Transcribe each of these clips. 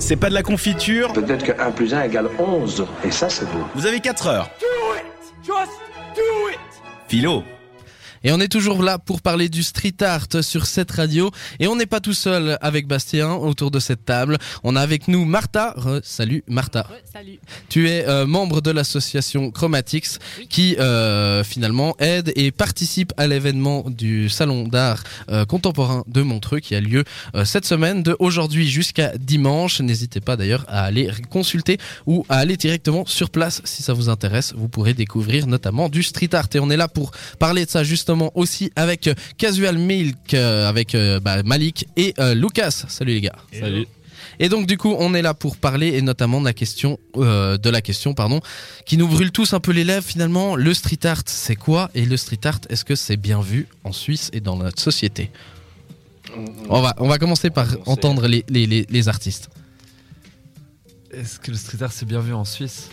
C'est pas de la confiture. Peut-être que 1 plus 1 égale 11, et ça c'est beau. Vous avez 4 heures. Do it! Just do it! Philo. Et on est toujours là pour parler du street art sur cette radio. Et on n'est pas tout seul avec Bastien autour de cette table. On a avec nous Martha. Salut Martha. Salut. Tu es membre de l'association Chromatics qui finalement aide et participe à l'événement du Salon d'art contemporain de Montreux qui a lieu cette semaine de aujourd'hui jusqu'à dimanche. N'hésitez pas d'ailleurs à aller consulter ou à aller directement sur place si ça vous intéresse. Vous pourrez découvrir notamment du street art. Et on est là pour parler de ça justement aussi avec Casual Milk, avec Malik et Lucas. Salut les gars. Salut. Et donc du coup on est là pour parler et notamment de la question qui nous brûle tous un peu les lèvres finalement. Le street art c'est quoi, et le street art est-ce que c'est bien vu en Suisse et dans notre société? On va commencer par entendre les artistes. Est-ce que le street art c'est bien vu en Suisse?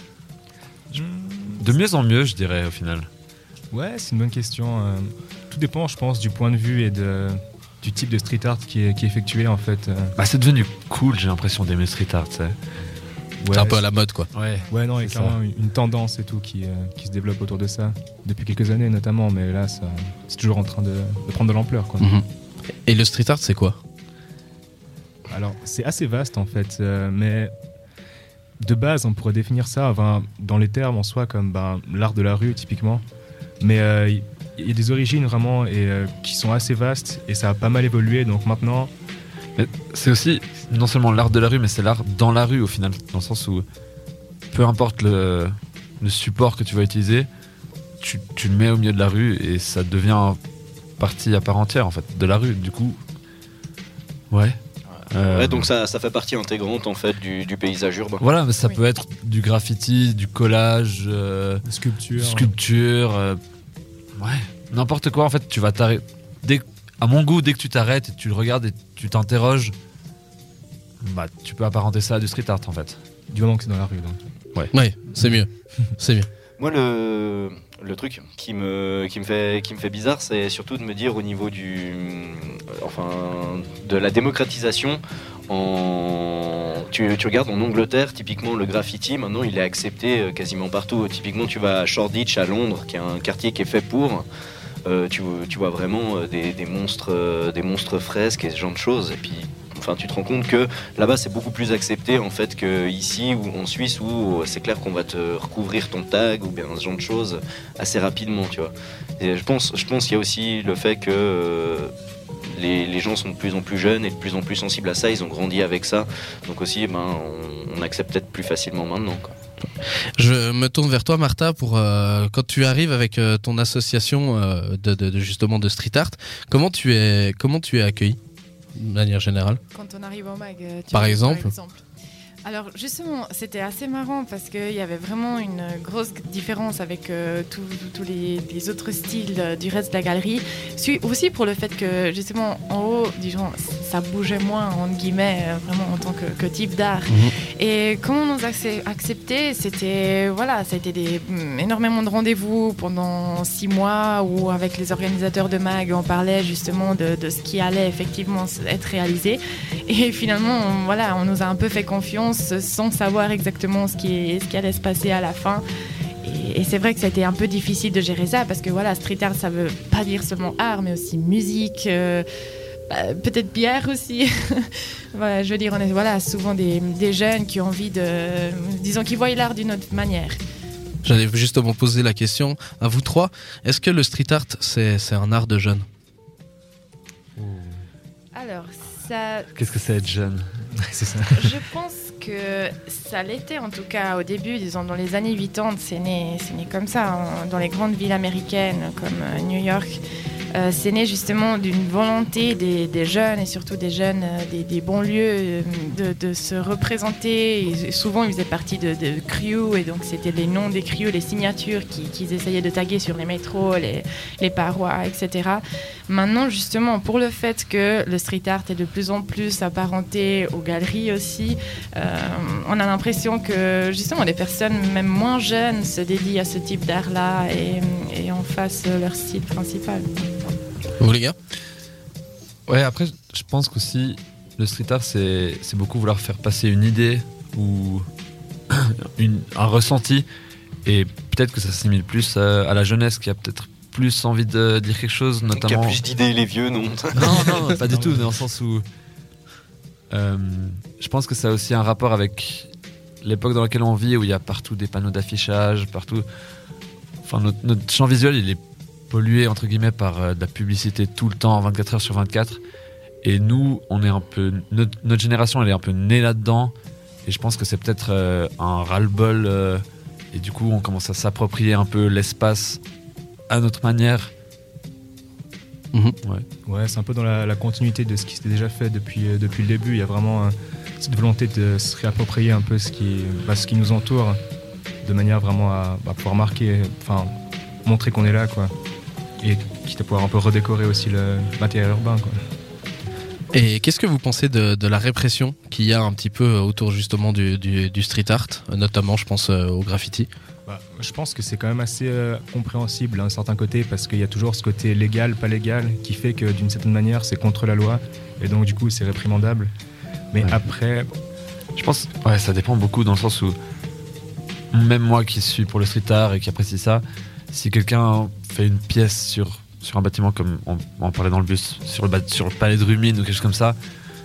De mieux en mieux, je dirais au final. Ouais, c'est une bonne question. Tout dépend, je pense, du point de vue et du type de street art qui est effectué en fait. C'est devenu cool, j'ai l'impression d'aimer le street art, tu sais. Ouais, C'est un peu à la mode quoi. Ouais, non, il y a clairement une tendance et tout qui se développe autour de ça depuis quelques années notamment, mais là, c'est toujours en train de prendre de l'ampleur, quoi. Mm-hmm. Et le street art, c'est quoi? Alors, c'est assez vaste en fait, mais de base, on pourrait définir ça dans les termes en soi comme l'art de la rue typiquement. Mais il y a des origines vraiment qui sont assez vastes et ça a pas mal évolué, donc maintenant... Mais c'est aussi non seulement l'art de la rue, mais c'est l'art dans la rue au final, dans le sens où peu importe le support que tu vas utiliser, tu le mets au milieu de la rue et ça devient partie à part entière en fait de la rue, du coup... Ouais. Donc ça fait partie intégrante en fait du paysage urbain. Voilà, mais ça peut être du graffiti, du collage, sculpture, n'importe quoi en fait. Tu vas t'arrêter. À mon goût, dès que tu t'arrêtes et tu le regardes et tu t'interroges, tu peux apparenter ça à du street art en fait. Du moment que c'est dans la rue, donc. Ouais, c'est mieux. C'est mieux. Moi, le truc qui me fait bizarre, c'est surtout de me dire au niveau de la démocratisation. Tu regardes en Angleterre, typiquement le graffiti, maintenant il est accepté quasiment partout. Typiquement, tu vas à Shoreditch à Londres, qui est un quartier qui est fait pour. Tu vois vraiment des monstres fresques et ce genre de choses. Et puis, tu te rends compte que là-bas c'est beaucoup plus accepté en fait qu'ici ou en Suisse où c'est clair qu'on va te recouvrir ton tag ou bien ce genre de choses assez rapidement, tu vois. Et je pense qu'il y a aussi le fait que les gens sont de plus en plus jeunes et de plus en plus sensibles à ça, ils ont grandi avec ça, donc aussi on accepte peut-être plus facilement maintenant, quoi. Je me tourne vers toi Martha pour quand tu arrives avec ton association justement de street art, comment tu es accueilli de manière générale? Quand on arrive au MAG, par exemple. Alors justement, c'était assez marrant parce qu'il y avait vraiment une grosse différence avec tous les autres styles du reste de la galerie. Aussi pour le fait que justement en haut, disons, ça bougeait moins entre guillemets, vraiment en tant que type d'art. Mmh. Et comment on nous a accepté, ça a été énormément de rendez-vous pendant 6 mois où avec les organisateurs de MAG, on parlait justement de ce qui allait effectivement être réalisé. Et finalement, on nous a un peu fait confiance sans savoir exactement ce qui allait se passer à la fin. Et c'est vrai que ça a été un peu difficile de gérer ça parce que street art, ça veut pas dire seulement art, mais aussi musique, peut-être bière aussi. Je veux dire, on est souvent des jeunes qui ont envie qui voient l'art d'une autre manière. J'allais justement poser la question à vous trois. Est-ce que le street art, c'est un art de jeunes? Alors, ça... Qu'est-ce que c'est être jeune? C'est ça. Je pense que ça l'était en tout cas au début, disons dans les années 80, c'est né comme ça, dans les grandes villes américaines comme New York. C'est né justement d'une volonté des jeunes et surtout des jeunes des banlieues de se représenter. Et souvent ils faisaient partie de crews et donc c'était les noms des crews, les signatures qu'ils essayaient de taguer sur les métros, les parois, etc. Maintenant justement pour le fait que le street art est de plus en plus apparenté aux galeries aussi, on a l'impression que justement les personnes même moins jeunes se dédient à ce type d'art-là et en fassent leur style principal. Vous les gars? Ouais, après je pense qu'aussi le street art, c'est beaucoup vouloir faire passer une idée ou un ressenti. Et peut-être que ça s'assimile plus à la jeunesse qui a peut-être plus envie de dire quelque chose, notamment. Qui a plus d'idées, les vieux, non? Non, pas du tout, dans le sens où. Je pense que ça a aussi un rapport avec l'époque dans laquelle on vit, où il y a partout des panneaux d'affichage, partout. Enfin, notre champ visuel, il est pollué, entre guillemets, par de la publicité tout le temps, 24 heures sur 24. Et nous, on est un peu. Notre génération, elle est un peu née là-dedans. Et je pense que c'est peut-être un ras-le-bol. Et du coup, on commence à s'approprier un peu l'espace à notre manière. Ouais, c'est un peu dans la continuité de ce qui s'était déjà fait depuis le début. Il y a vraiment cette volonté de se réapproprier un peu ce qui nous entoure, de manière vraiment à pouvoir marquer, enfin montrer qu'on est là, quoi. Et quitte à pouvoir un peu redécorer aussi le matériel urbain, quoi. Et qu'est-ce que vous pensez de la répression qu'il y a un petit peu autour justement du street art, notamment je pense au graffiti? Je pense que c'est quand même assez compréhensible d'un certain côté, parce qu'il y a toujours ce côté légal, pas légal, qui fait que d'une certaine manière c'est contre la loi, et donc du coup c'est réprimandable. Mais après... Je pense que ça dépend beaucoup, dans le sens où même moi qui suis pour le street art et qui apprécie ça, si quelqu'un fait une pièce sur un bâtiment, comme on parlait dans le bus, sur le palais de Rumine ou quelque chose comme ça,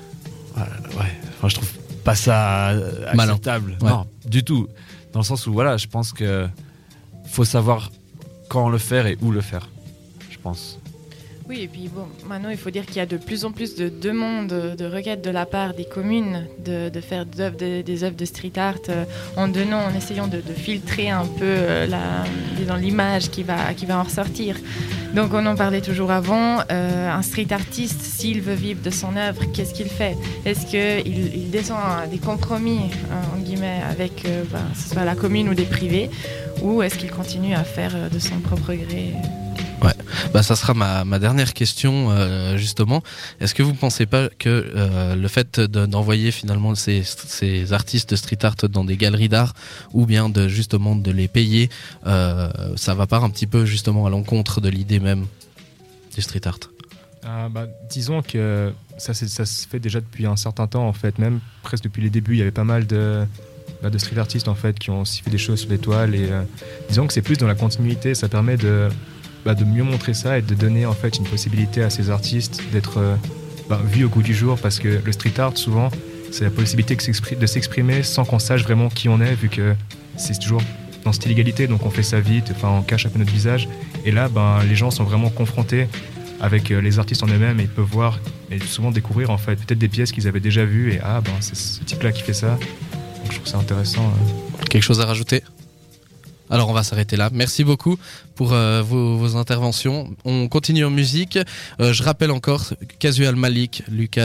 je trouve pas ça acceptable. Ouais. Non, du tout. Dans le sens où, je pense que faut savoir quand le faire et où le faire, je pense. Oui, et puis bon, maintenant il faut dire qu'il y a de plus en plus de demandes, de requêtes de la part des communes de faire des œuvres de street art en essayant de filtrer un peu l'image qui va en ressortir. Donc on en parlait toujours avant, un street artiste, s'il veut vivre de son œuvre, qu'est-ce qu'il fait? Est-ce qu'il descend à des compromis, en guillemets, avec que ce soit la commune ou des privés, ou est-ce qu'il continue à faire de son propre gré? Ouais, ça sera ma dernière question justement. Est-ce que vous ne pensez pas que le fait d'envoyer finalement ces artistes de street art dans des galeries d'art, ou bien de les payer, ça va pas un petit peu justement à l'encontre de l'idée même du street art? Disons que ça se fait déjà depuis un certain temps, en fait, même presque depuis les débuts. Il y avait pas mal de street artistes en fait qui ont aussi fait des choses sur des toiles, et disons que c'est plus dans la continuité. Ça permet de mieux montrer ça et de donner en fait une possibilité à ces artistes d'être vus au goût du jour, parce que le street art souvent c'est la possibilité de s'exprimer sans qu'on sache vraiment qui on est, vu que c'est toujours dans cette illégalité, donc on fait ça vite, on cache un peu notre visage, et là les gens sont vraiment confrontés avec les artistes en eux-mêmes, et ils peuvent voir et souvent découvrir en fait peut-être des pièces qu'ils avaient déjà vues, et c'est ce type là qui fait ça. Donc je trouve ça intéressant. Quelque chose à rajouter? Alors on va s'arrêter là. Merci beaucoup pour vos interventions. On continue en musique. Je rappelle encore Casual Milk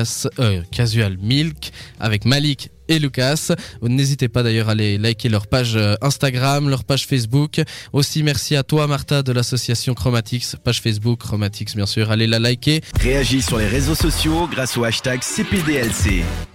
avec Malik et Lucas. N'hésitez pas d'ailleurs à aller liker leur page Instagram, leur page Facebook. Aussi merci à toi Martha de l'association Chromatics, page Facebook Chromatics bien sûr. Allez la liker. Réagis sur les réseaux sociaux grâce au hashtag CPDLC.